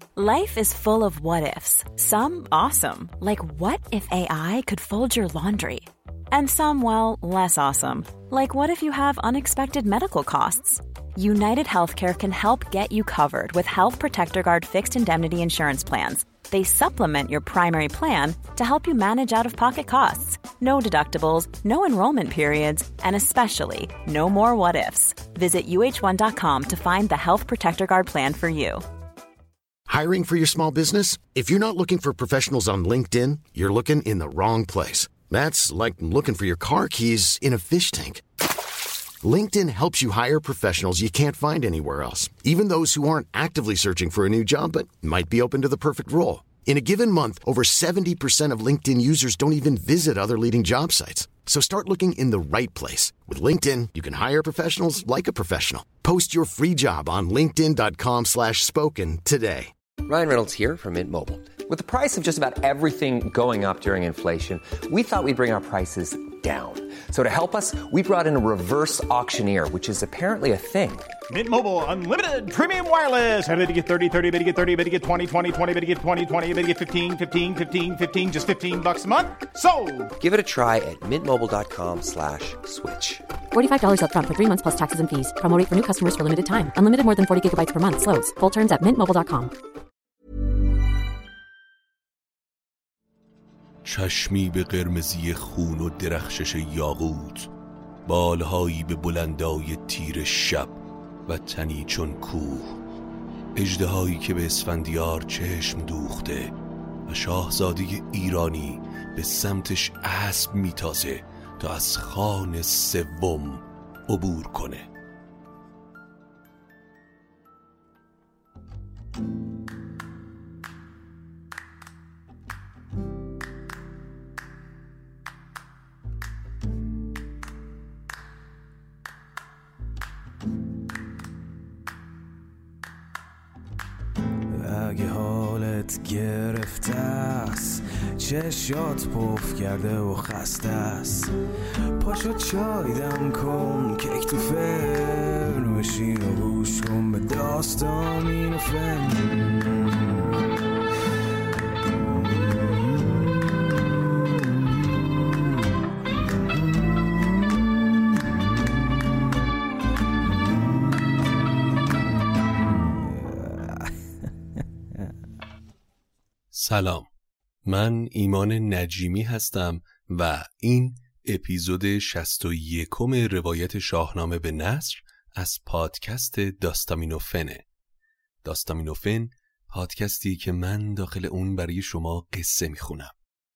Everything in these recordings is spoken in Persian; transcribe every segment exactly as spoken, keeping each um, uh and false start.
Life is full of what-ifs. Some awesome, like what if A I could fold your laundry? And some, well, less awesome, like what if you have unexpected medical costs? United Healthcare can help get you covered with Health Protector Guard fixed indemnity insurance plans. They supplement your primary plan to help you manage out-of-pocket costs. No deductibles, no enrollment periods, and especially no more what-ifs. Visit U H one dot com to find the Health Protector Guard plan for you. Hiring for your small business? If you're not looking for professionals on LinkedIn, you're looking in the wrong place. That's like looking for your car keys in a fish tank. LinkedIn helps you hire professionals you can't find anywhere else, even those who aren't actively searching for a new job but might be open to the perfect role. In a given month, over seventy percent of LinkedIn users don't even visit other leading job sites. So start looking in the right place. With LinkedIn, you can hire professionals like a professional. Post your free job on linkedin dot com slash spoken today. Ryan Reynolds here from Mint Mobile. With the price of just about everything going up during inflation, we thought we'd bring our prices down. So to help us, we brought in a reverse auctioneer, which is apparently a thing. Mint Mobile Unlimited Premium Wireless. How to get thirty, thirty, how to get thirty, how to get twenty, twenty, twenty, how to get twenty, twenty, how to get fifteen, fifteen, fifteen, fifteen, just fifteen bucks a month? Sold! Give it a try at mintmobile.com slash switch. forty-five dollars up front for three months plus taxes and fees. Promo rate for new customers for limited time. Unlimited more than forty gigabytes per month. Slows full terms at mint mobile dot com. چشمی به قرمزی خون و درخشش یاقوت، بالهایی به بلندای تیر شب و تنی چون کوه، اژدهایی که به اسفندیار چشم دوخته و شاهزاده ایرانی به سمتش اسب میتازه تا از خان سوم عبور کنه. اگه حالت گرفته است، چشات پف کرده و خسته است، پاشو چای دم کن، کیک تو فرن بشین و گوش کن به داستان این فن. سلام، من ایمان نجیمی هستم و این اپیزود شصت و یکم روایت شاهنامه به نثر از پادکست داستامینوفنه. داستامینوفن پادکستی که من داخل اون برای شما قصه میخونم.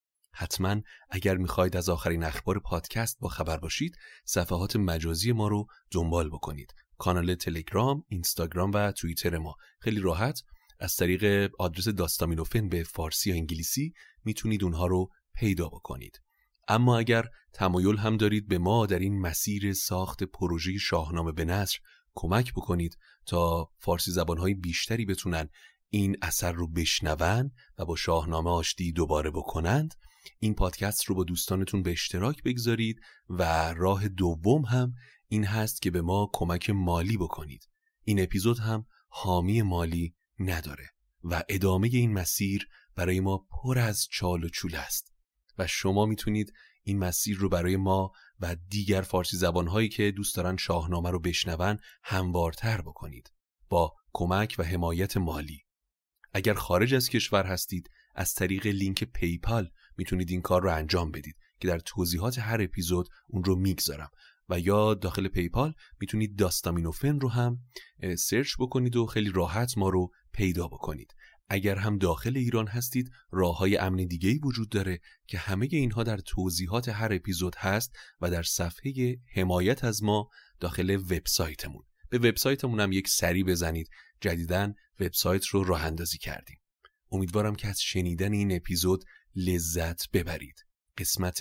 حتما اگر میخواید از آخرین اخبار پادکست با خبر باشید، صفحات مجازی ما رو دنبال بکنید. کانال تلگرام، اینستاگرام و توییتر ما خیلی راحت از طریق آدرس داستامینوفن به فارسی یا انگلیسی میتونید اونها رو پیدا بکنید. اما اگر تمایل هم دارید به ما در این مسیر ساخت پروژه شاهنامه به نثر کمک بکنید تا فارسی زبانهای بیشتری بتونن این اثر رو بشنون و با شاهنامه آشتی دوباره بکنند، این پادکست رو با دوستانتون به اشتراک بگذارید و راه دوم هم این هست که به ما کمک مالی بکنید. این اپیزود هم حامی مالی نداره و ادامه این مسیر برای ما پر از چال و چول است و شما میتونید این مسیر رو برای ما و دیگر فارسی زبانهایی که دوست دارن شاهنامه رو بشنون هموارتر بکنید با کمک و حمایت مالی. اگر خارج از کشور هستید، از طریق لینک پیپال میتونید این کار رو انجام بدید که در توضیحات هر اپیزود اون رو میگذارم، و یا داخل پیپال میتونید داستامینوفن رو هم سرچ بکنید و خیلی راحت ما رو پیدا بکنید. اگر هم داخل ایران هستید، راههای امن دیگه‌ای وجود داره که همه اینها در توضیحات هر اپیزود هست و در صفحه حمایت از ما داخل وبسایتمون. به وبسایتمون هم یک سری بزنید، جدیداً وبسایت رو راه اندازی کردیم. امیدوارم که از شنیدن این اپیزود لذت ببرید. قسمت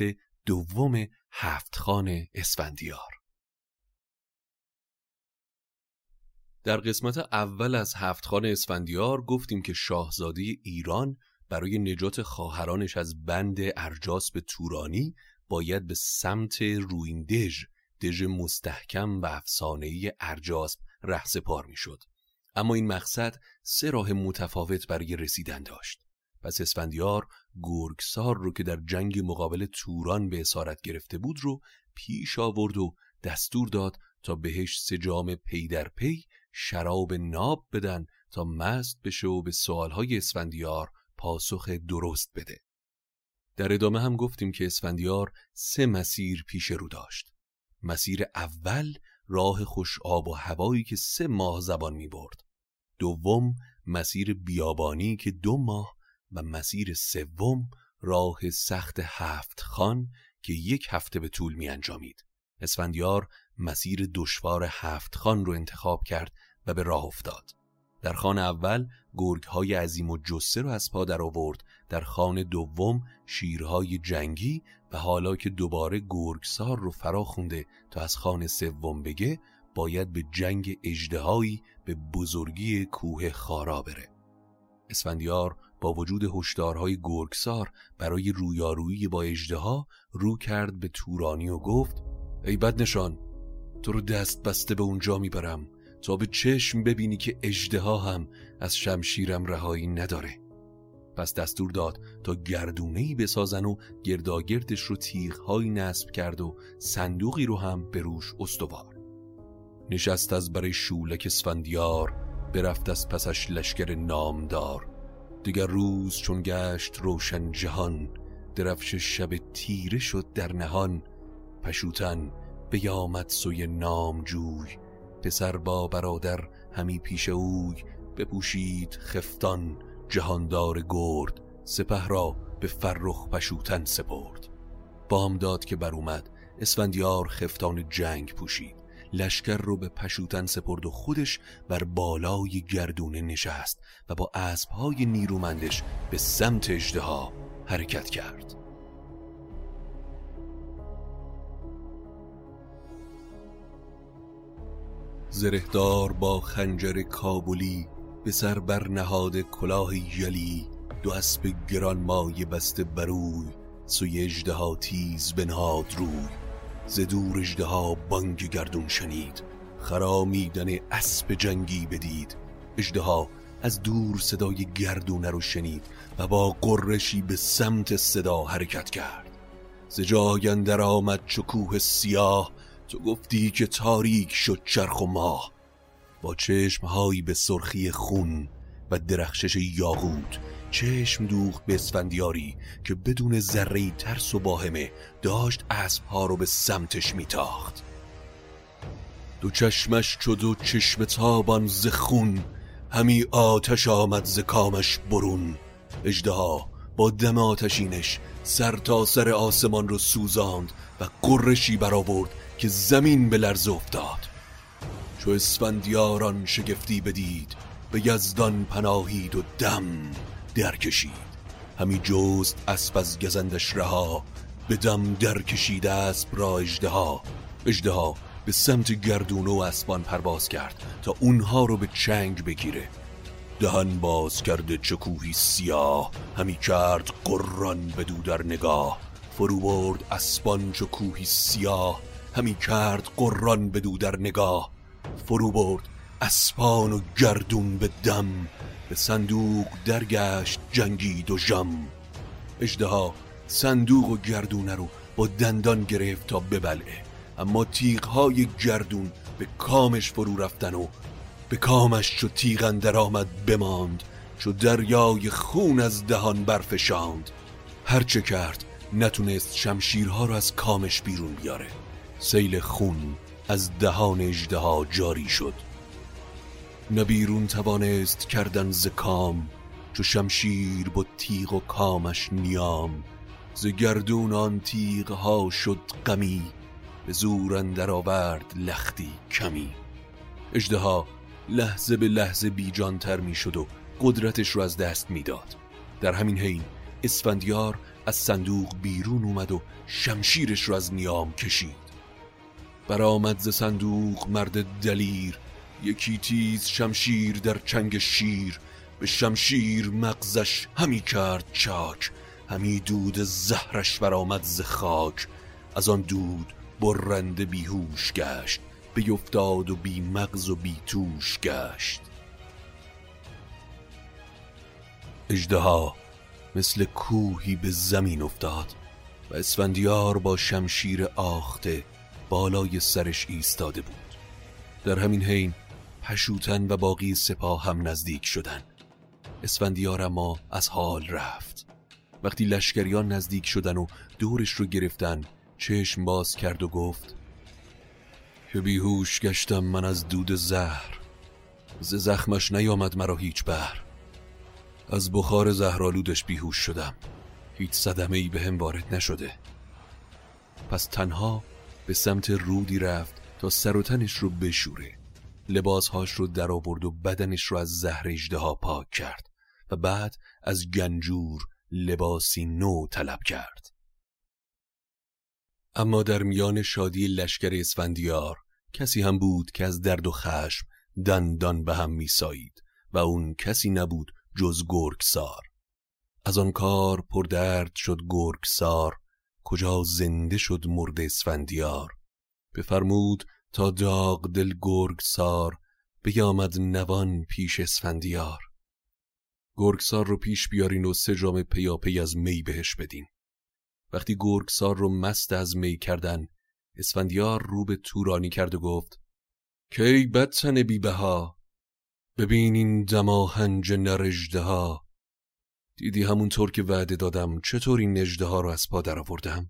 دوم هفتخان اسفندیار. در قسمت اول از هفتخان اسفندیار گفتیم که شاهزاده ایران برای نجات خواهرانش از بند ارجاسپ تورانی باید به سمت رویندژ، دژ مستحکم و افسانه‌ای ارجاسپ رهسپار می‌شد. اما این مقصد سه راه متفاوت برای رسیدن داشت. پس اسفندیار گرگسار رو که در جنگ مقابل توران به اسارت گرفته بود رو پیش آورد و دستور داد تا بهش سه جام پی در پی شراب ناب بدن تا مست بشه و به سوالهای اسفندیار پاسخ درست بده. در ادامه هم گفتیم که اسفندیار سه مسیر پیش رو داشت. مسیر اول راه خوش آب و هوایی که سه ماه زبان می برد. دوم مسیر بیابانی که دو ماه و مسیر سوم راه سخت هفت خان که یک هفته به طول می انجامید. اسفندیار مسیر دشوار هفت خان رو انتخاب کرد و به راه افتاد. در خان اول گرگ‌های عظیم و جثه رو از پا در آورد، در خان دوم شیرهای جنگی و حالا که دوباره گرگسار رو فرا خونده تا از خان سوم بگه باید به جنگ اژدهایی به بزرگی کوه خارا بره. اسفندیار با وجود هشدارهای گرگسار برای رویارویی با اژدها رو کرد به تورانی و گفت ای بدنشان، تو رو دست بسته به اونجا میبرم تا به چشم ببینی که اژدها هم از شمشیرم رهایی نداره. پس دستور داد تا گردونه‌ای بسازن و گرداگردش رو تیغ‌هایی نصب کرد و صندوقی رو هم به روش استوار. نشست از برای شولک اسفندیار، برفت از پسش لشکر نامدار. دیگر روز چون گشت روشن جهان، درفش شب تیره شد در نهان. پشوتن بیامد سوی نامجوی، پسر با برادر همی پیش اوی. بپوشید خفتان جهاندار گرد، سپه را به فرخ پشوتن سپرد. بامداد که بر اومد اسفندیار خفتان جنگ پوشید، لشکر رو به پشوتن سپرد و خودش بر بالای گردونه نشست و با اسبهای نیرومندش به سمت اژدها حرکت کرد. زرهدار با خنجر کابلی، به سر بر نهاد کلاه یلی. دو اسب گران مایه بسته بروی، سوی اژدها تیز بنهاد روی. ز دور اژدها بانگ گردون شنید، خرامیدن اسب جنگی بدید. اژدها از دور صدای گردونه رو شنید و با غرشی به سمت صدا حرکت کرد. ز جای اندر آمد چو کوه سیاه، تو گفتی که تاریک شد چرخ و ماه. با چشمهایی به سرخی خون و درخشش یاقوت چشم دوخت به اسفندیاری که بدون ذره‌ای ترس و واهمه داشت اسبها رو به سمتش میتاخت. دو چشمش چو دو چشم تابان ز خون، همی آتش آمد ز کامش برون. اژدها با دم آتشینش سر تا سر آسمان رو سوزاند و غرشی برآورد که زمین به لرزه افتاد. چو اسفندیاران شگفتی بدید، به یزدان پناهید و دم در کشید. همی جست اسب از گزندش رها، به دم در کشید اسب را اژدها. اژدها به سمت گردونه و اسبان پرواز کرد تا اونها رو به چنگ بگیره. دهن باز کرده چو کوهی سیاه، همی کرد قران بدو در نگاه. فرو برد اسبان چو کوهی سیاه، همی کرد قران بدو در نگاه. فرو برد اسپان و گردون به دم، به صندوق درگشت جنگید و ژم. اژدها صندوق و گردونه رو با دندان گرفت تا ببلعه، اما تیغهای گردون به کامش فرو رفتن و به کامش چو تیغ اندر آمد بماند. چو دریای خون از دهان برفشاند، هرچه کرد نتونست شمشیرها رو از کامش بیرون بیاره. سیل خون از دهان اژدها جاری شد، نه بیرون توانست کردن ز کام. چو شمشیر با تیغ و کامش نیام، ز گردون آن تیغها شد غمی. به زور اندر آورد لختی کمی. اژدها لحظه به لحظه بیجان تر می شد و قدرتش رو از دست می داد. در همین حین اسفندیار از صندوق بیرون اومد و شمشیرش رو از نیام کشید. برآمد ز صندوق مرد دلیر، یکی تیز شمشیر در چنگ شیر. به شمشیر مغزش همی کرد چاک، همی دود زهرش برآمد ز خاک. از آن دود برنده بیهوش گشت، بیفتاد و بی مغز و بی توش گشت. اژدها مثل کوهی به زمین افتاد و اسفندیار با شمشیر آخته بالای سرش ایستاده بود. در همین حین پشوتن و باقی سپاه هم نزدیک شدند. اسفندیار اما از حال رفت. وقتی لشکریان نزدیک شدن و دورش رو گرفتن چشم باز کرد و گفت که بیهوش گشتم من از دود زهر، ز زخمش نیامد مرا هیچ بهر. از بخار زهرآلودش بیهوش شدم، هیچ صدمه‌ای به هم وارد نشده. پس تنها به سمت رودی رفت تا سر و تنش رو بشوره. لباسهاش رو در آورد و بدنش رو از زهر اژدها پاک کرد و بعد از گنجور لباسی نو طلب کرد. اما در میان شادی لشکر اسفندیار کسی هم بود که از درد و خشم دندان به هم میسایید و اون کسی نبود جز گرگسار. از آن کار پر درد شد گرگسار، کجا زنده شد مرد اسفندیار. بفرمود تا داغ دل گرگسار، بیامد نوان پیش اسفندیار. گرگسار رو پیش بیارین و سه جام پیاپی از می بهش بدین. وقتی گرگسار رو مست از می کردن، اسفندیار رو به تورانی کرد و گفت که ای بدتن بی بها، ببین این دماهنج نر اژدها. دیدی همونطور که وعده دادم چطور این اژدها رو از پا در آوردم؟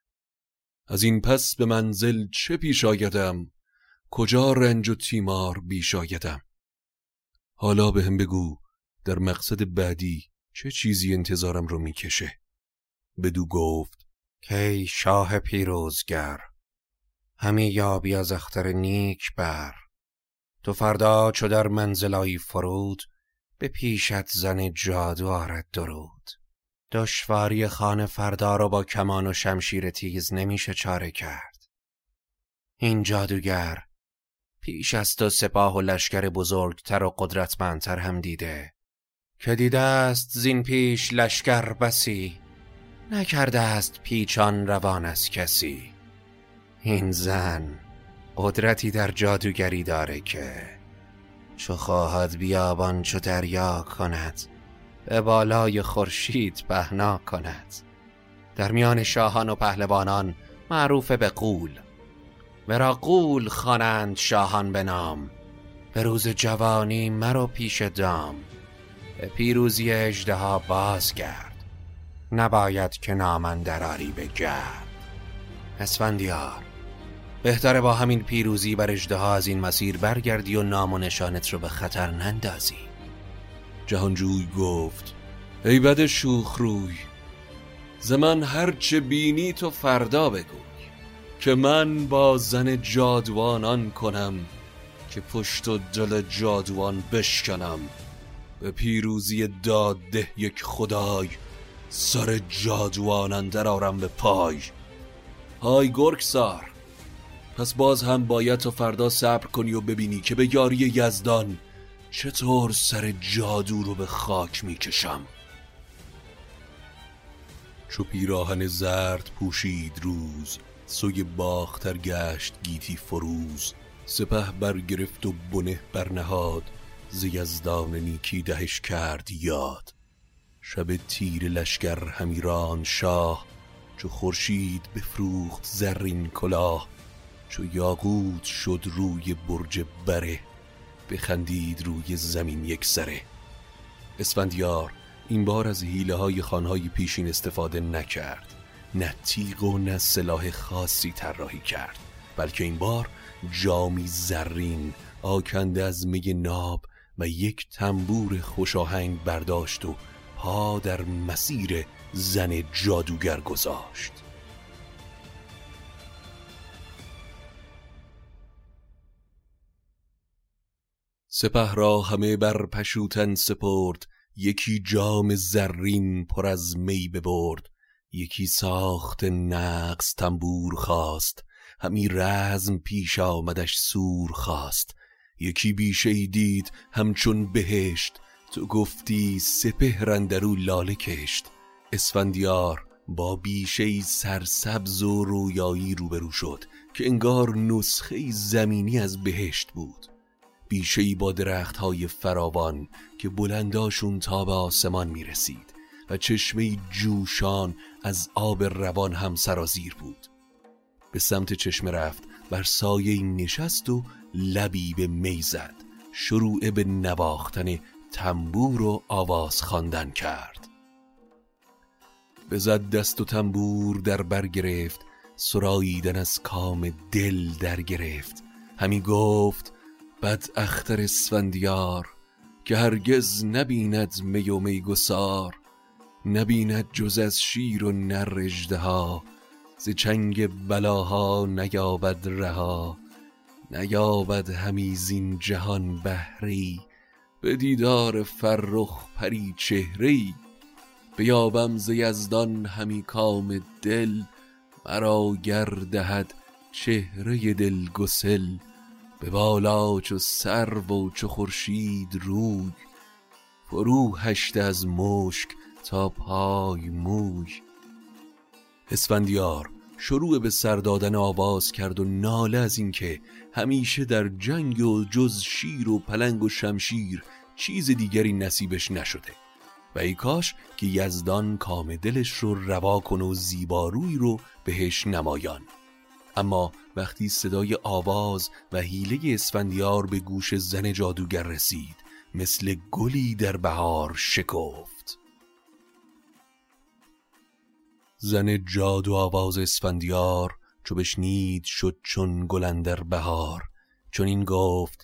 از این پس به منزل چه پیش آیدم، کجا رنج و تیمار بیش آیدم. حالا به هم بگو در مقصد بعدی چه چیزی انتظارم رو میکشه. بدو گفت که ای شاه پیروزگر، همی یابی از اختر نیک بر. تو فردا چو در منزلایی فرود، به پیشت زن جادو آرد درود. دشواری خانه فردا رو با کمان و شمشیر تیز نمیشه چاره کرد. این جادوگر پیش از تو سپاه و لشکر بزرگتر و قدرتمندتر هم دیده، که دیده است زین پیش لشکر بسی، نکرده است پیچان روان از کسی. این زن قدرتی در جادوگری داره که چو خواهد بیابان چو دریا کند، به بالای خورشید پهنا کند. در میان شاهان و پهلوانان معروف به قول، ورا قول خوانند شاهان به نام. به روز جوانی مرو پیش دام، به پیروزی اژدها بازگرد، نباید که نامن دراری به گرد. اسفندیار، بهتره با همین پیروزی بر اژدها از این مسیر برگردی و نام و نشانت رو به خطر نندازی. جهانجوی گفت ای بد شوخ روی، ز من هر چه بینی تو فردا بگوی، که من با زن جادوانان کنم، که پشت و دل جادوان بشکنم. به پیروزی داده یک خدای، سر جادوان اندر آرم به پای. های گرگسار، پس باز هم باید تا فردا صبر کنی و ببینی که به یاری یزدان چطور سر جادو رو به خاک میکشم. چو پیراهن زرد پوشید روز، سوی باختر گشت گیتی فروز. سپه برگرفت و بنه برنهاد، ز یزدان نیکی دهش کرد یاد. شب تیر لشکر همی راند شاه، چو خورشید بفروخت زرین کلاه. چو یاقوت شد روی برج بره، بخندید روی زمین یک سره. اسفندیار این بار از حیله های خانهای پیشین استفاده نکرد، نه تیغ و نه سلاح خاصی طراحی کرد، بلکه این بار جامی زرین آکنده از می ناب و یک تنبور خوشاهنگ برداشت و پا در مسیر زن جادوگر گذاشت. سپه را همه بر پشوتن سپرد، یکی جام زرین پر از می ببرد. یکی ساخت نقص تنبور خواست، همی رزم پیش آمدش سور خواست. یکی بیشه دید همچون بهشت، تو گفتی سپهر اندرو لاله کشت. اسفندیار با بیشه سرسبز و رویایی روبرو شد، که انگار نسخه زمینی از بهشت بود. بیشه‌ای با درخت‌های فراوان که بلنداشون تا به آسمان می‌رسید و چشمه‌ای جوشان از آب روان هم سرازیر بود. به سمت چشمه رفت، بر سایه‌ای نشست و لبی به می زد. شروع به نواختن تنبور و آواز خواندن کرد. بزد دست و تنبور در بر گرفت، سراییدن از کام دل در گرفت. همی گفت بد اختر اسفندیار که هرگز نبیند می و میگسار. نبیند جز از شیر و نر اژدها، ز چنگ بلاها نیابد رها. نیابد همی زین جهان بهری، به دیدار فرخ پری چهری. بیابم ز یزدان همی کام دل، مرا گر دهد چهره دل گسل. به بالا چو سرو و چو خورشید روی، فرو هشته از مشک تا پای موی. اسفندیار شروع به سر دادن آواز کرد و ناله از این که همیشه در جنگ و جز شیر و پلنگ و شمشیر چیز دیگری نصیبش نشده و ای کاش که یزدان کام دلش رو روا کنه و زیبارویی رو بهش نمایان. اما وقتی صدای آواز و حیله اسفندیار به گوش زن جادوگر رسید، مثل گلی در بهار شکفت. زن جادو آواز اسفندیار چو بشنید شد چون گل اندر بهار. چون این گفت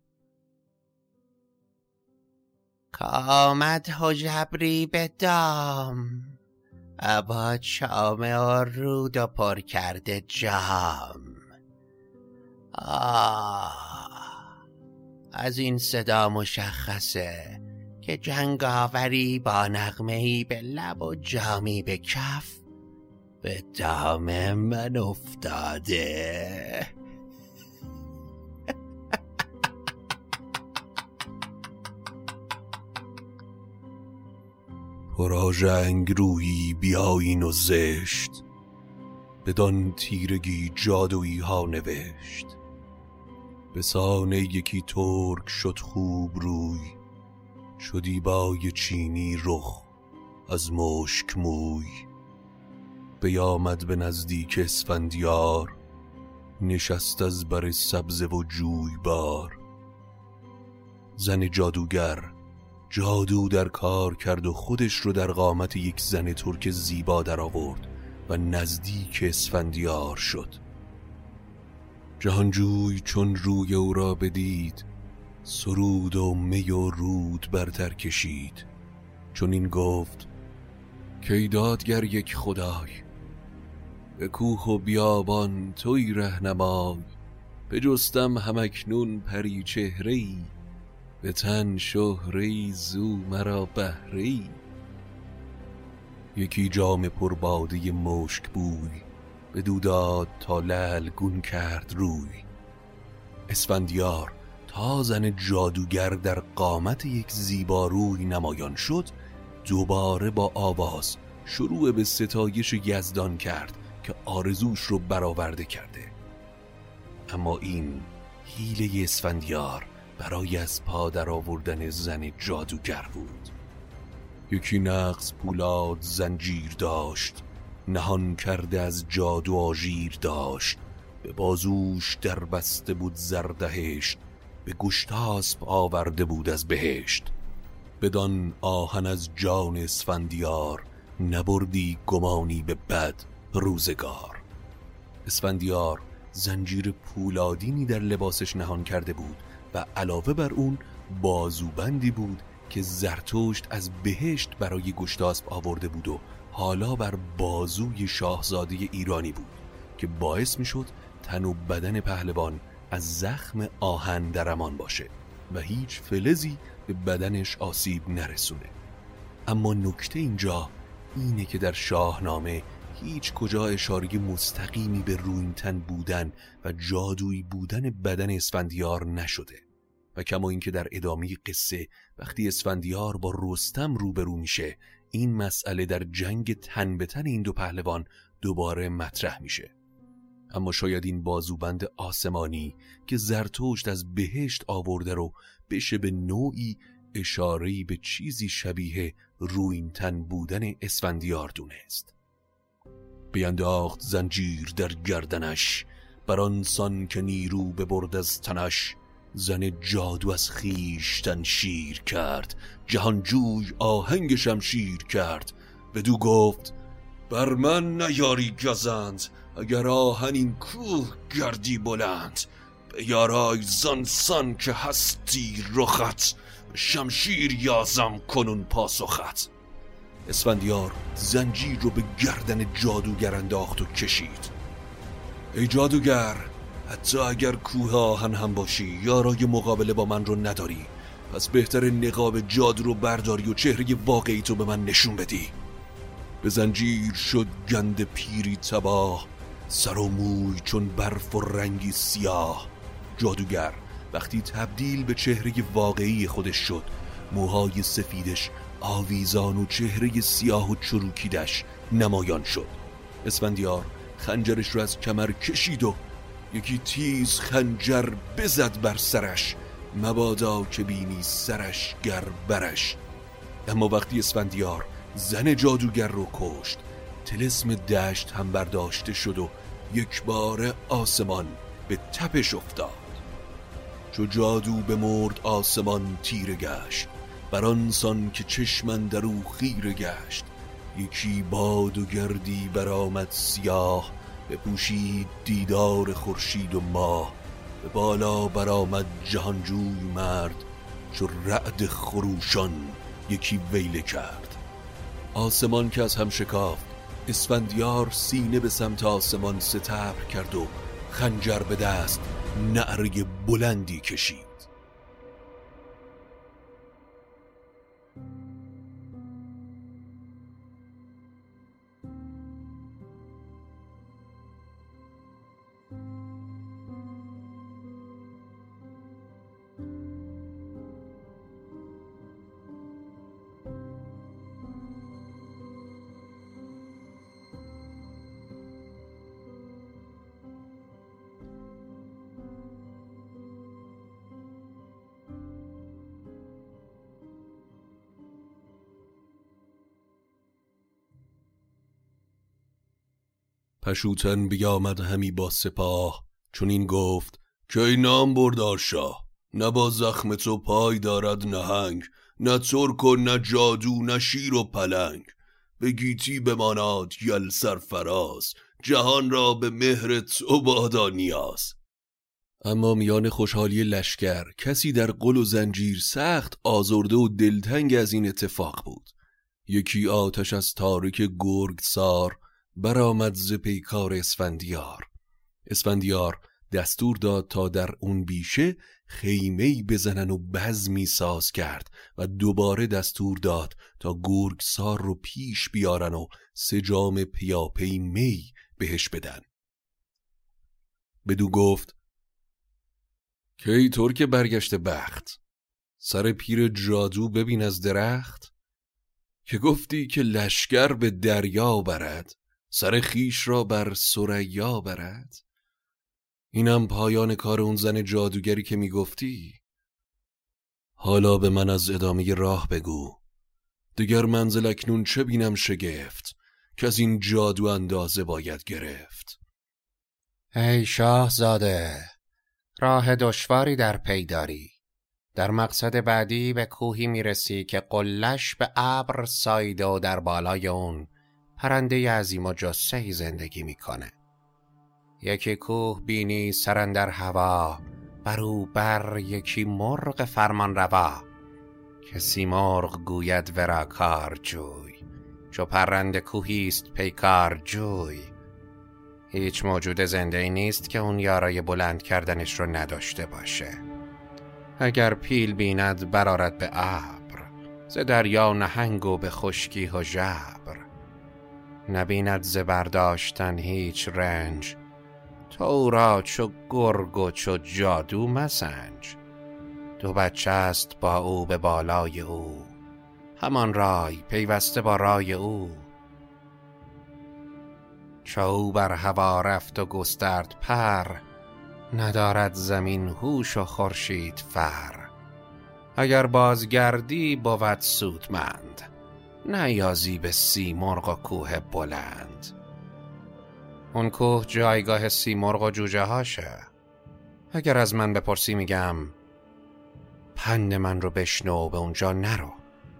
کامد هژبری به دام، ابا چام و رود و پر کرده جام. آه، از این صدا مشخصه که جنگاوری با نغمه‌ای به لب و جامی به کف به دام من افتاده. پراژنگ رویی بیاین و زشت، بدان تیرگی جادویی ها نوشت. به سان یکی ترک شد خوب روی، شدی بای چینی رخ از مشک موی. بیامد به نزدیک اسفندیار، نشست از بر سبزه و جوی بار. زن جادوگر جادو در کار کرد و خودش رو در قامت یک زن ترک زیبا در آورد و نزدیک اسفندیار شد. جهانجوی چون روی او را بدید، سرود و می و رود برتر کشید. چون این گفت کی دادگر یک خدای، به کوه و بیابان توی رهنمای. بجستم همکنون پری چهره‌ای، به تن شهره‌ای زو مرا بهره‌ای. یکی جام پرباده مشک بوی، بدو داد تا لعل گون کرد روی. اسفندیار تا زن جادوگر در قامت یک زیباروی نمایان شد، دوباره با آواز شروع به ستایش یزدان کرد که آرزوش رو برآورده کرده. اما این حیله اسفندیار برای از پا در آوردن زن جادوگر بود. یکی نغز پولاد زنجیر داشت، نهان کرده از جادو آژیر داشت. به بازوش در بسته بود زردهشت، به گشتاسپ آورده بود از بهشت. بدان آهن از جان اسفندیار، نبردی گمانی به بد روزگار. اسفندیار زنجیر پولادینی در لباسش نهان کرده بود و علاوه بر اون بازوبندی بود که زرتشت از بهشت برای گشتاسپ آورده بود و حالا بر بازوی شاهزاده ایرانی بود که باعث می شد تن و بدن پهلوان از زخم آهن در امان باشه و هیچ فلزی به بدنش آسیب نرسونه. اما نکته اینجا اینه که در شاهنامه هیچ کجا اشاره مستقیمی به رویینتن بودن و جادویی بودن بدن اسفندیار نشده و کما اینکه در ادامه قصه وقتی اسفندیار با رستم روبرو میشه، این مسئله در جنگ تن به تن این دو پهلوان دوباره مطرح میشه. اما شاید این بازوبند آسمانی که زرتشت از بهشت آورده رو بشه به نوعی اشاره‌ای به چیزی شبیه رویینتن بودن اسفندیار دونست. بینداخت زنجیر در گردنش، بران سان که نیرو ببرد از تنش. زن جادو از خیشتن شیر کرد، جهانجوی آهنگ شمشیر کرد. بدو گفت بر من نیاری گزند، اگر آهن این کوه گردی بلند. بیارای زنسان که هستی رخت، شمشیر یازم کنون پاسخت. اسفندیار زنجیر رو به گردن جادوگر انداخت و کشید. ای جادوگر، حتی اگر کوه آهن هم باشی، یارای مقابله با من رو نداری، پس بهتر نقاب جادو رو برداری و چهره واقعی تو به من نشون بدی. به زنجیر شد گند پیری تباه، سر و موی چون برف و رنگی سیاه. جادوگر وقتی تبدیل به چهره واقعی خودش شد، موهای سفیدش آویزان و چهره سیاه و چروکیدش نمایان شد. اسفندیار خنجرش رو از کمر کشید و یکی تیز خنجر بزد بر سرش، مبادا که بینی سرش گر برش. اما وقتی اسفندیار زن جادوگر رو کشت، طلسم دشت هم برداشته شد و یک بار آسمان به تپش افتاد. چو جادو بمرد آسمان تیره گشت، بران سان که چشمن در او خیره گشت. یکی باد و گردی برآمد سیاه، بپوشید دیدار خورشید و ماه. به بالا برآمد جهانجوی مرد، چو رعد خروشان یکی ویله کرد. آسمان که از هم شکافت، اسفندیار سینه به سمت آسمان ستبر کرد و خنجر به دست نعره بلندی کشید. پشوتن بیامد همی با سپاه، چون این گفت که ای نام بردار شاه. نه با زخم تو پای دارد نهنگ، نه ترک و نه جادو نه شیر و پلنگ. به گیتی بماناد یل سرفراز، جهان را به مهر تو بادا نیاز. اما میان خوشحالی لشکر کسی در قل و زنجیر سخت آزرده و دلتنگ از این اتفاق بود. یکی آتش از تارک گرگسار برآمد ز پیکار اسفندیار. اسفندیار دستور داد تا در اون بیشه خیمه‌ای بزنن و بزمی ساز کرد و دوباره دستور داد تا گرگسار رو پیش بیارن و سه جام پیاپی می بهش بدن. بدو گفت که ای ترک برگشت بخت، سر پیر جادو ببین از درخت. که گفتی که لشکر به دریا برد، سر خیش را بر ثریا برد. اینم پایان کار اون زن جادوگری که میگفتی. حالا به من از ادامه راه بگو، دیگر منزل اکنون چه بینم شگفت، که از این جادو اندازه باید گرفت. ای شاهزاده، راه دشواری در پی داری. در مقصد بعدی به کوهی میرسی که قلش به ابر سایده و در بالای اون پرنده عظیم و جثه‌ای زندگی میکنه. یکی کوه بینی سرندر هوا، برو بر یکی مرغ فرمان روا. که سیمرغ گوید ورا کار جوی، چو پرنده کوهیست پیکار جوی. هیچ موجود زنده‌ای نیست که اون یارای بلند کردنش رو نداشته باشه. اگر پیل بیند برآرد به ابر، ز دریا نهنگ و به خشکی و ژبر. نبیند ز برداشتن هیچ رنج، تو را چو گرگ و چو جادو مسنج. دو بچه است با او به بالای او، همان رای پیوسته با رای او. چو او بر هوا رفت و گسترد پر، ندارد زمین هوش و خورشید فر. اگر بازگردی بود سودمند، نیازی به سیمرغ و کوه بلند. اون کوه جایگاه سیمرغ و جوجه هاشه. اگر از من بپرسی میگم پند من رو بشنو، به اونجا نرو.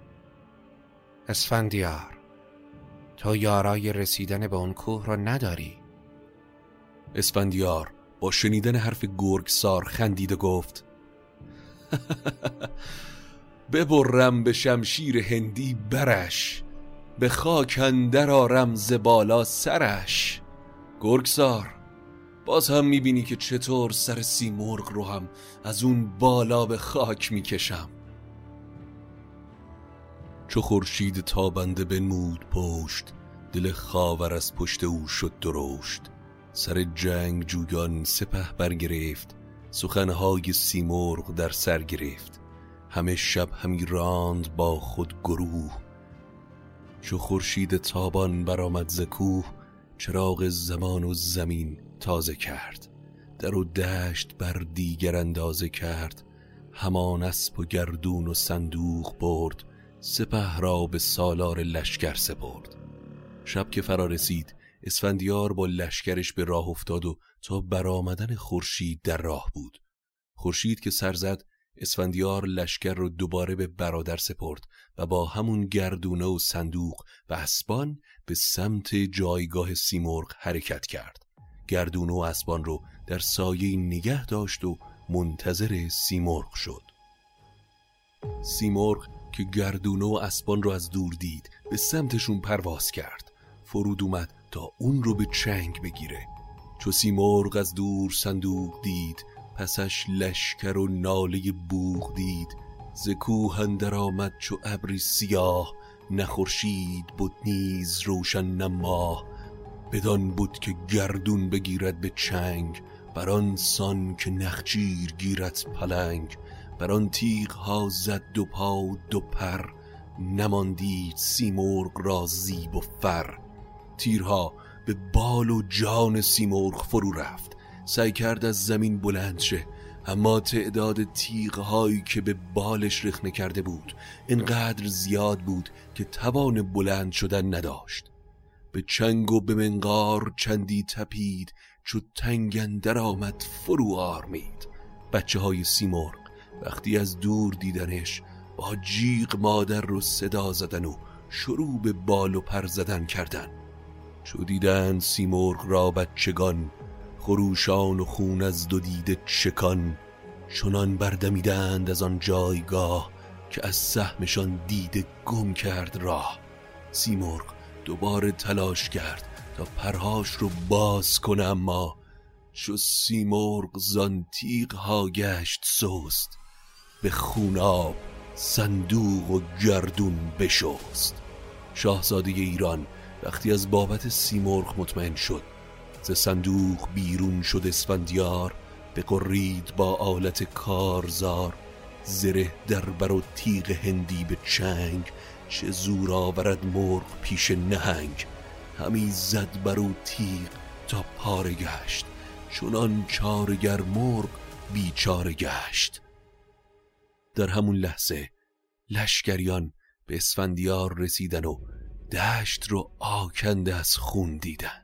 اسفندیار، تو یارای رسیدن به اون کوه رو نداری. اسفندیار با شنیدن حرف گرگسار خندید و گفت ببرم به شمشیر هندی برش، به خاک اندر آرم ز بالا سرش. گرگسار، باز هم میبینی که چطور سر سیمرغ رو هم از اون بالا به خاک میکشم. چو خورشید تابنده بنمود پشت، دل خاور از پشت او شد درشت. سر جنگ جویان سپه برگرفت، سخنهای سیمرغ در سر گرفت. همه شب همی راند با خود گروه، چو خورشید تابان برآمد ز کوه. چراغ زمان و زمین تازه کرد، در و دشت بر دیگر اندازه کرد. همان اسب و گردون و صندوق برد، سپه را به سالار لشکر سپرد. شب که فرا رسید، اسفندیار با لشکرش به راه افتاد و تا برآمدن خورشید در راه بود. خورشید که سر زد، اسفندیار لشکر رو دوباره به برادر سپرد و با همون گردونه و صندوق و اسبان به سمت جایگاه سیمرغ حرکت کرد. گردونه و اسبان رو در سایه نگه داشت و منتظر سیمرغ شد. سیمرغ که گردونه و اسبان رو از دور دید، به سمتشون پرواز کرد. فرود اومد تا اون رو به چنگ بگیره. چو سیمرغ از دور صندوق دید، پسش لشکر و ناله بوق دید. ز کوه اندر آمد چو ابری سیاه، نه خورشید بود نیز روشن نه ماه. بدان بود که گردون بگیرد به چنگ، بران سان که نخجیر گیرد پلنگ. بران تیغ ها زد دو پا و دو پر، نماندید سیمرغ را زیب و فر. تیرها به بال و جان سیمرغ فرو رفت، سعی کرد از زمین بلند شه، اما تعداد تیغهایی که به بالش رخنه کرده بود اینقدر زیاد بود که توان بلند شدن نداشت. به چنگ و به منقار چندی تپید، چو تنگ اندر آمد فرو آرمید. بچه های سیمرغ وقتی از دور دیدنش، با جیغ مادر رو صدا زدن و شروع به بال و پر زدن کردن. چو دیدن سیمرغ را بچگان، خروشان و خون از دو دیده چکان. چنان بردمیدند از آن جایگاه، که از سهمشان دیده گم کرد راه. سیمرغ دوباره تلاش کرد تا پرهاش رو باز کنه، اما چو سیمرغ زان تیغ ها گشت سست، به خوناب صندوق و گردون بشست. شاهزاده ایران وقتی از بابت سیمرغ مطمئن شد، ز صندوق بیرون شد اسفندیار. بقرید با آلت کارزار، زره در بر و تیغ هندی به چنگ. چه زور آورد مرغ پیش نهنگ، همی زد بر او تیغ تا پاره گشت. چنان چارگر مرغ بیچاره گشت. در همون لحظه لشکریان به اسفندیار رسیدن و دشت رو آکنده از خون دیدن.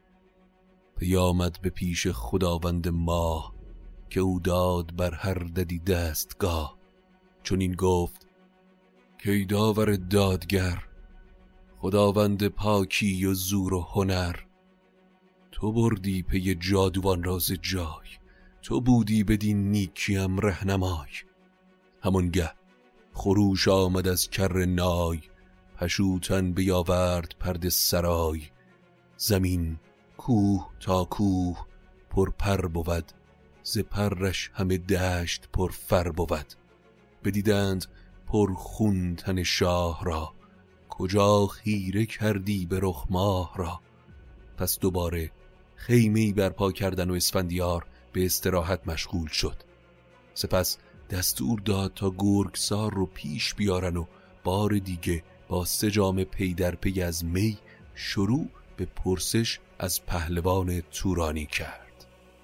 پیامد به پیش خداوند ماه، که او داد بر هر ددی دستگاه. چون این گفت که داور دادگر، خداوند پاکی و زور و هنر. تو بردی پی جادوان راز جای، تو بودی بدین نیکیم رهنمای. همانگه خروش آمد از کر نای، پشوتن بیاورد پرد سرای. زمین کوه تا کوه پر پر بود، ز پرش همه دشت پر فر بود. بدیدند پر خون تن شاه را، کجا خیره کردی به رخ ماه را. پس دوباره خیمه‌ای برپا کردن و اسفندیار به استراحت مشغول شد. سپس دستور داد تا گرگسار رو پیش بیارن و بار دیگه با سه جام پی در پی از می شروع به پرسش از پهلوان تورانی کرد.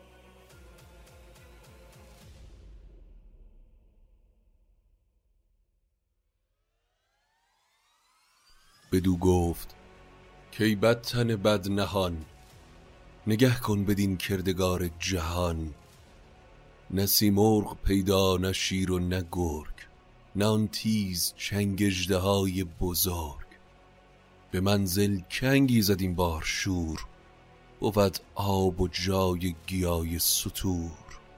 بدو گفت کی بد تن بد نهان، نگه کن بدین کردگار جهان. نه سیمرغ پیدا نه شیر و نه گرگ، نه آن تیز چنگ اژدهای بزرگ. به منزل کنگی زد این بار شور، بود آب و جای گیای ستور.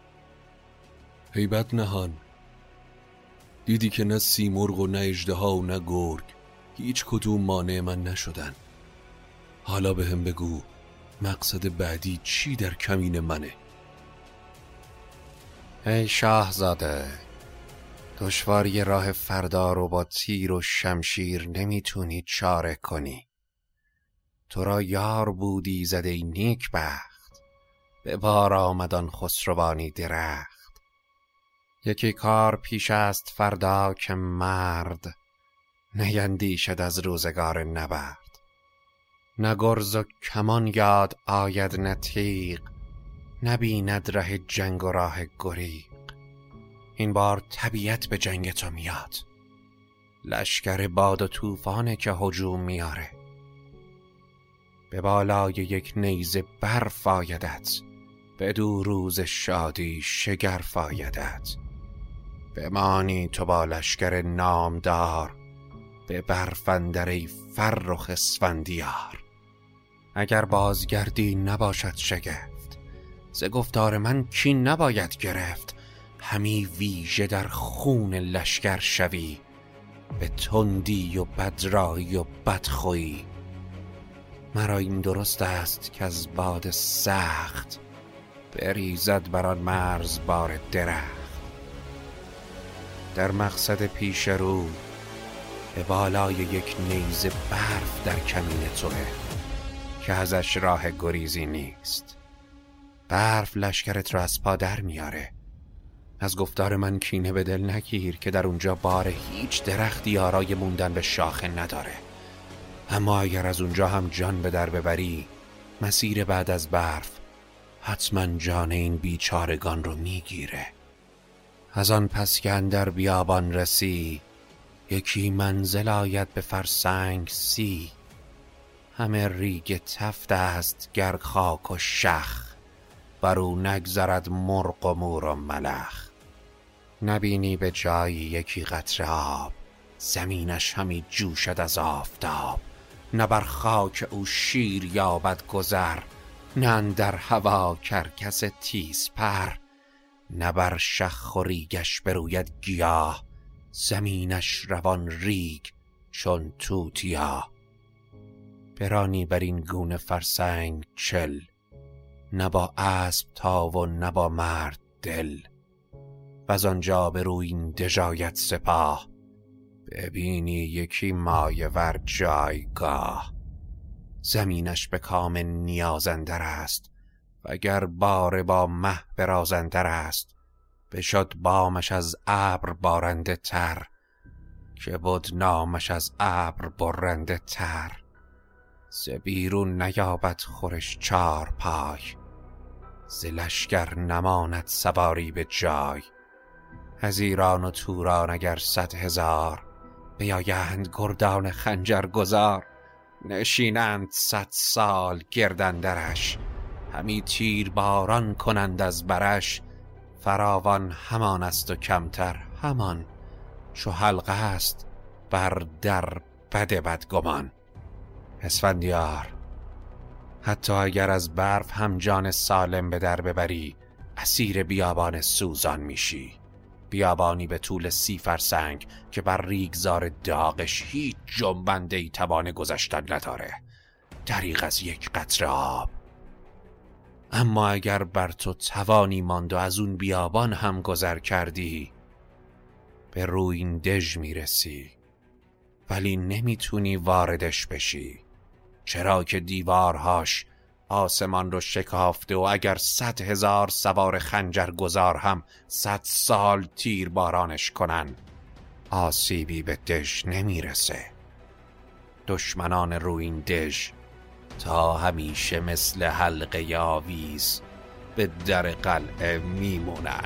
هیبت نهان، دیدی که نه سیمرغ و نه اژدها و نه گرگ هیچ کدوم مانع من نشدن. حالا به هم بگو مقصد بعدی چی در کمین منه؟ ای شاهزاده، دشواری راه فردا رو با تیر و شمشیر نمیتونی چاره کنی. تو را یار بودی زده ای نیک بخت، به بار آمدان خسروانی درخت. یکی کار پیش است فردا که مرد، نیندیشد از روزگار نبرد. نه گرز و کمان یاد آید نه تیغ، نبیند ره جنگ و راه گریغ. این بار طبیعت به جنگ تو میاد، لشکر باد و طوفانه که هجوم میاره. به بالای یک نیزه برف آیدت، بدو روز شادی شگرف آیدت. بمانی تو با لشکر نامدار، به برف اندر ای فرخ اسفندیار. اگر بازگردی نباشد شگفت، ز گفتار من کین نباید گرفت. همی ویژه در خون لشکر شوی، به تندی و بدرایی و بدخویی. مرا این درست است که از باد سخت، بریزد بر آن مرز بار درخت. در مقصد پیش رو، به بالای یک نیزه برف در کمین توه که ازش راه گریزی نیست. برف لشکرت را از پا در میاره. از گفتار من کینه به دل نگیر که در اونجا بار هیچ درختی آرای موندن به شاخه نداره. اما اگر از اونجا هم جان به در ببری، مسیر بعد از برف حتما جان این بیچارگان رو میگیره. از آن پس که اندر بیابان رسی، یکی منزل آید به فرسنگ سی. همه ریگ تفت است گر خاک و شخ، برو نگذرد مرغ و مور و ملخ. نبینی به جایی یکی قطره آب، زمینش همی جوشد از آفتاب. نه بر خاک او شیر یابد گذر، نه اندر هوا کرکس تیز پر. نه بر شخ و ریگش بروید گیاه، زمینش روان ریگ چون توتیا. برانی بر این گونه فرسنگ چل، نه با اسب تا و نه با مرد دل. و از آنجا به روی این دژایت سپاه، ببینی یکی مایه ور جایگاه. زمینش به کام نیازندر است، وگر بار با مه برازندر است. بشد بامش از ابر بارنده تر، که بود نامش از ابر برنده تر. ز بیرون نیابد خورش چار پای، ز لشکر نماند سواری به جای. از ایران و توران اگر صد هزار، بیایند گردان خنجر گذار. نشینند صد سال گردندرش، همی تیر باران کنند از برش. فراوان همان است و کمتر همان، چو حلقه است بر در بد بدگمان. اسفندیار، حتی اگر از برف هم جان سالم به در ببری، اسیر بیابان سوزان میشی. بیابانی به طول سی فرسنگ که بر ریگزار داغش هیچ جنبنده ای توان گذشتن نداره، دریغ از یک قطره آب. اما اگر بر تو توانی ماند و از اون بیابان هم گذر کردی، به روی این دژ میرسی، ولی نمیتونی واردش بشی. چرا که دیوارهاش آسمان رو شکافته، و اگر صد هزار سوار خنجر گذار هم صد سال تیر بارانش کنن، آسیبی به دژ نمیرسه. دشمنان روی این دژ تا همیشه مثل حلقه آویز به در قلعه میمونن.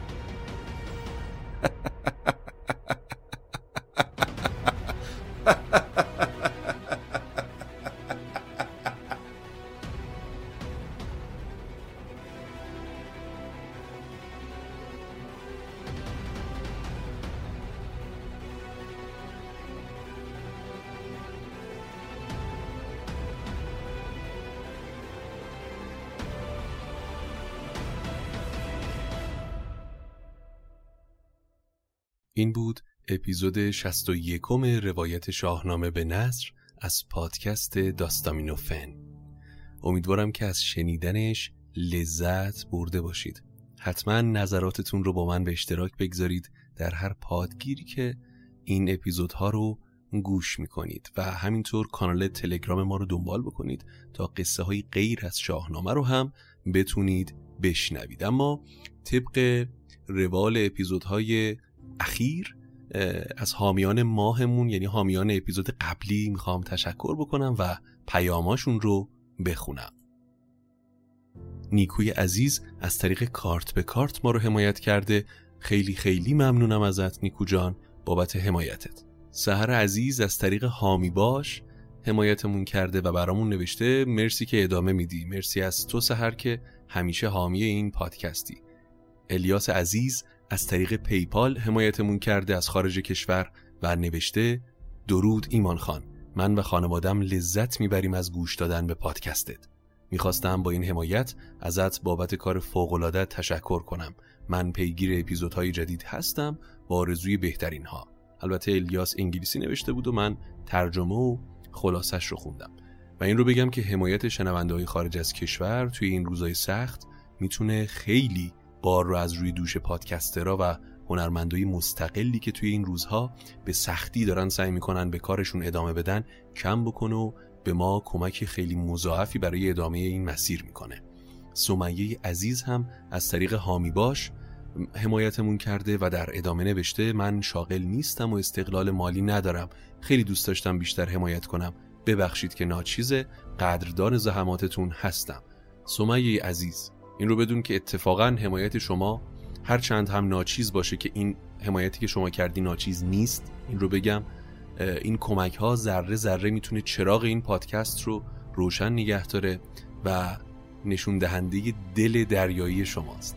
این بود اپیزود شصت و یکم روایت شاهنامه به نثر از پادکست داستامینوفن. امیدوارم که از شنیدنش لذت برده باشید. حتما نظراتتون رو با من به اشتراک بگذارید در هر پادگیری که این اپیزودها رو گوش میکنید و همینطور کانال تلگرام ما رو دنبال بکنید تا قصه های غیر از شاهنامه رو هم بتونید بشنوید. اما طبق روال اپیزودهای اخیر از حامیان ماهمون یعنی حامیان اپیزود قبلی میخوام تشکر بکنم و پیاماشون رو بخونم. نیکوی عزیز از طریق کارت به کارت ما رو حمایت کرده. خیلی خیلی ممنونم ازت نیکو جان بابت حمایتت. سحر عزیز از طریق حامی باش حمایتمون کرده و برامون نوشته مرسی که ادامه میدی. مرسی از تو سحر که همیشه حامی این پادکستی. الیاس عزیز از طریق پیپال حمایتمون کرده از خارج کشور و نوشته درود ایمان خان، من و خانوادم لذت میبریم از گوش دادن به پادکستت. میخواستم با این حمایت ازت بابت کار فوق‌العاده‌ات تشکر کنم. من پیگیر اپیزودهای جدید هستم با آرزوی بهترین ها. البته الیاس انگلیسی نوشته بود و من ترجمه و خلاصش رو خوندم. و این رو بگم که حمایت شنونده‌های خارج از کشور توی این روزهای سخت میتونه خیلی بار رو از روی دوش پادکسترها و هنرمندای مستقلی که توی این روزها به سختی دارن سعی میکنن به کارشون ادامه بدن کم بکنه و به ما کمک خیلی مضاعفی برای ادامه این مسیر میکنه. سمیه عزیز هم از طریق حامی باش حمایتمون کرده و در ادامه نوشته من شاغل نیستم و استقلال مالی ندارم. خیلی دوست داشتم بیشتر حمایت کنم. ببخشید که ناچیزه، قدردان زحماتتون هستم. سمیه عزیز این رو بدون که اتفاقاً حمایت شما هر چند هم ناچیز باشه که این حمایتی که شما کردی ناچیز نیست، این رو بگم، این کمک ها ذره ذره میتونه چراغ این پادکست رو روشن نگه داره و نشون دهنده دل دریایی شماست.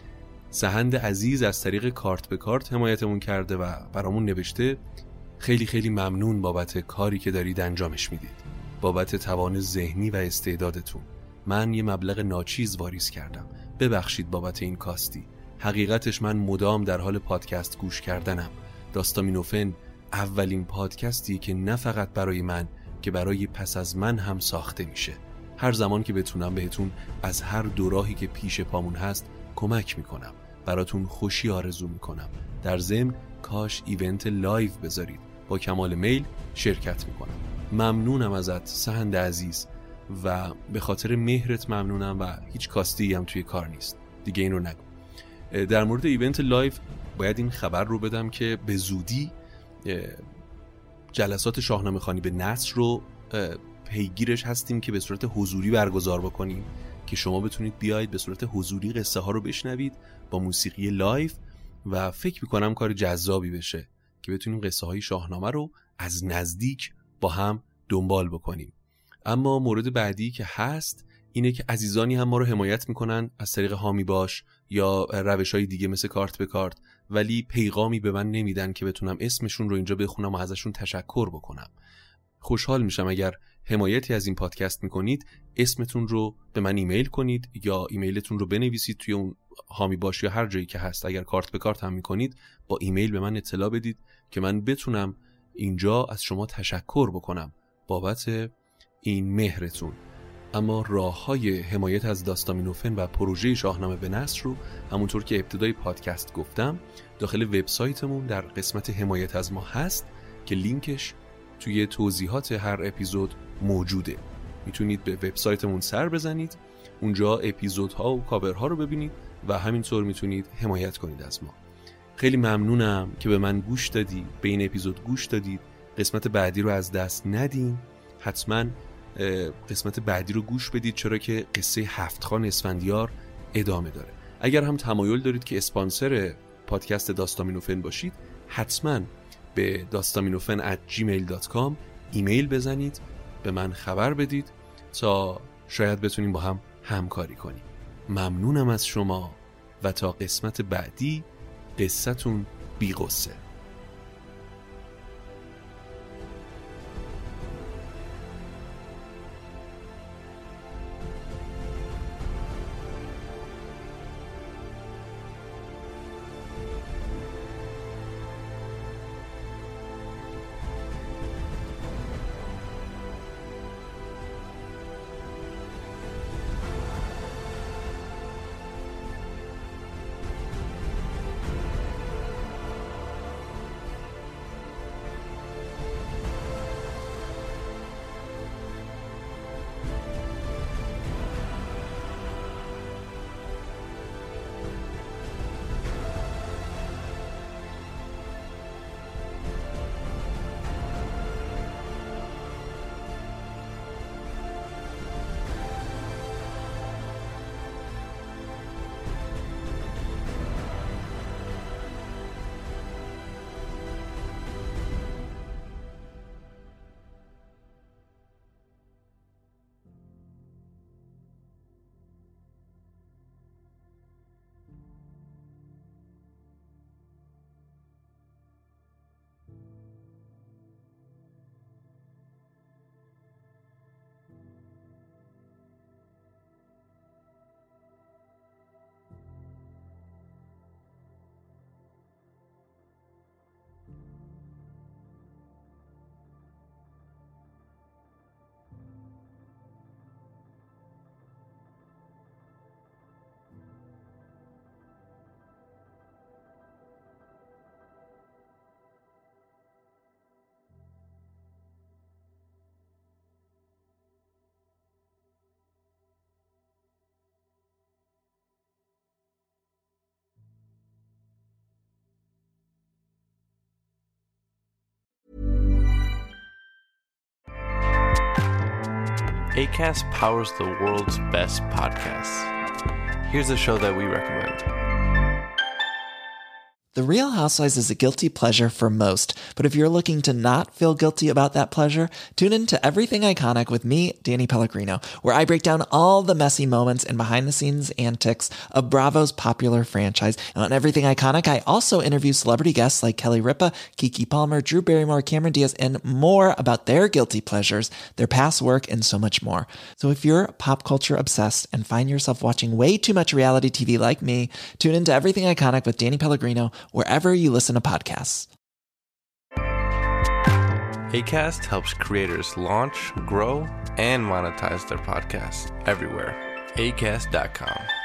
سهند عزیز از طریق کارت به کارت حمایتمون کرده و برامون نوشته خیلی خیلی ممنون بابت کاری که دارید انجامش میدید، بابت توان ذهنی و استعدادتون. من یه مبلغ ناچیز واریز کردم، ببخشید بابت این کاستی. حقیقتش من مدام در حال پادکست گوش کردنم. داستامینوفن اولین پادکستی که نه فقط برای من که برای پس از من هم ساخته میشه. هر زمان که بتونم بهتون از هر دو راهی که پیش پامون هست کمک میکنم، براتون خوشی آرزو میکنم. در ضمن کاش ایونت لایو بذارید، با کمال میل شرکت میکنم. ممنونم ازت سهند عزیز و به خاطر مهرت ممنونم و هیچ کاستی هم توی کار نیست دیگه. این رو نگو. در مورد ایونت لایو باید این خبر رو بدم که به زودی جلسات شاهنامه خوانی به نثر رو پیگیرش هستیم که به صورت حضوری برگزار بکنیم که شما بتونید بیایید به صورت حضوری قصه ها رو بشنوید با موسیقی لایو و فکر میکنم کار جذابی بشه که بتونیم قصه های شاهنامه رو از نزدیک با هم دنبال بکنیم. اما مورد بعدی که هست اینه که عزیزانی هم ما رو حمایت میکنن از طریق حامی باش یا روش‌های دیگه مثل کارت به کارت، ولی پیغامی به من نمیدن که بتونم اسمشون رو اینجا بخونم و ازشون تشکر بکنم. خوشحال میشم اگر حمایتی از این پادکست میکنید اسمتون رو به من ایمیل کنید یا ایمیلتون رو بنویسید توی اون حامی باش یا هر جایی که هست. اگر کارت به کارت هم میکنید با ایمیل به من اطلاع بدید که من بتونم اینجا از شما تشکر بکنم بابت این مهرتون. اما راه‌های حمایت از داستامینوفن و پروژه شاهنامه به نثر رو همونطور که ابتدای پادکست گفتم داخل وبسایتمون در قسمت حمایت از ما هست که لینکش توی توضیحات هر اپیزود موجوده. میتونید به وبسایتمون سر بزنید، اونجا اپیزودها و کاورها رو ببینید و همینطور میتونید حمایت کنید از ما. خیلی ممنونم که به من گوش دادید، به این اپیزود گوش دادید. قسمت بعدی رو از دست ندین. حتما قسمت بعدی رو گوش بدید، چرا که قصه هفت‌خان اسفندیار ادامه داره. اگر هم تمایل دارید که اسپانسر پادکست داستامینوفن باشید، حتما به داستامینوفن ات جیمیل دات کام ایمیل بزنید، به من خبر بدید تا شاید بتونیم با هم همکاری کنیم. ممنونم از شما و تا قسمت بعدی قصتون بی غصه. Acast powers the world's best podcasts. Here's a show that we recommend. The Real Housewives is a guilty pleasure for most, but if you're looking to not feel guilty about that pleasure, tune in to Everything Iconic with me, Danny Pellegrino, where I break down all the messy moments and behind-the-scenes antics of Bravo's popular franchise. And on Everything Iconic, I also interview celebrity guests like Kelly Ripa, Keke Palmer, Drew Barrymore, Cameron Diaz, and more about their guilty pleasures, their past work, and so much more. So if you're pop culture obsessed and find yourself watching way too much reality T V like me, tune into Everything Iconic with Danny Pellegrino, wherever you listen to podcasts. Acast helps creators launch, grow, and monetize their podcasts everywhere. acast dot com.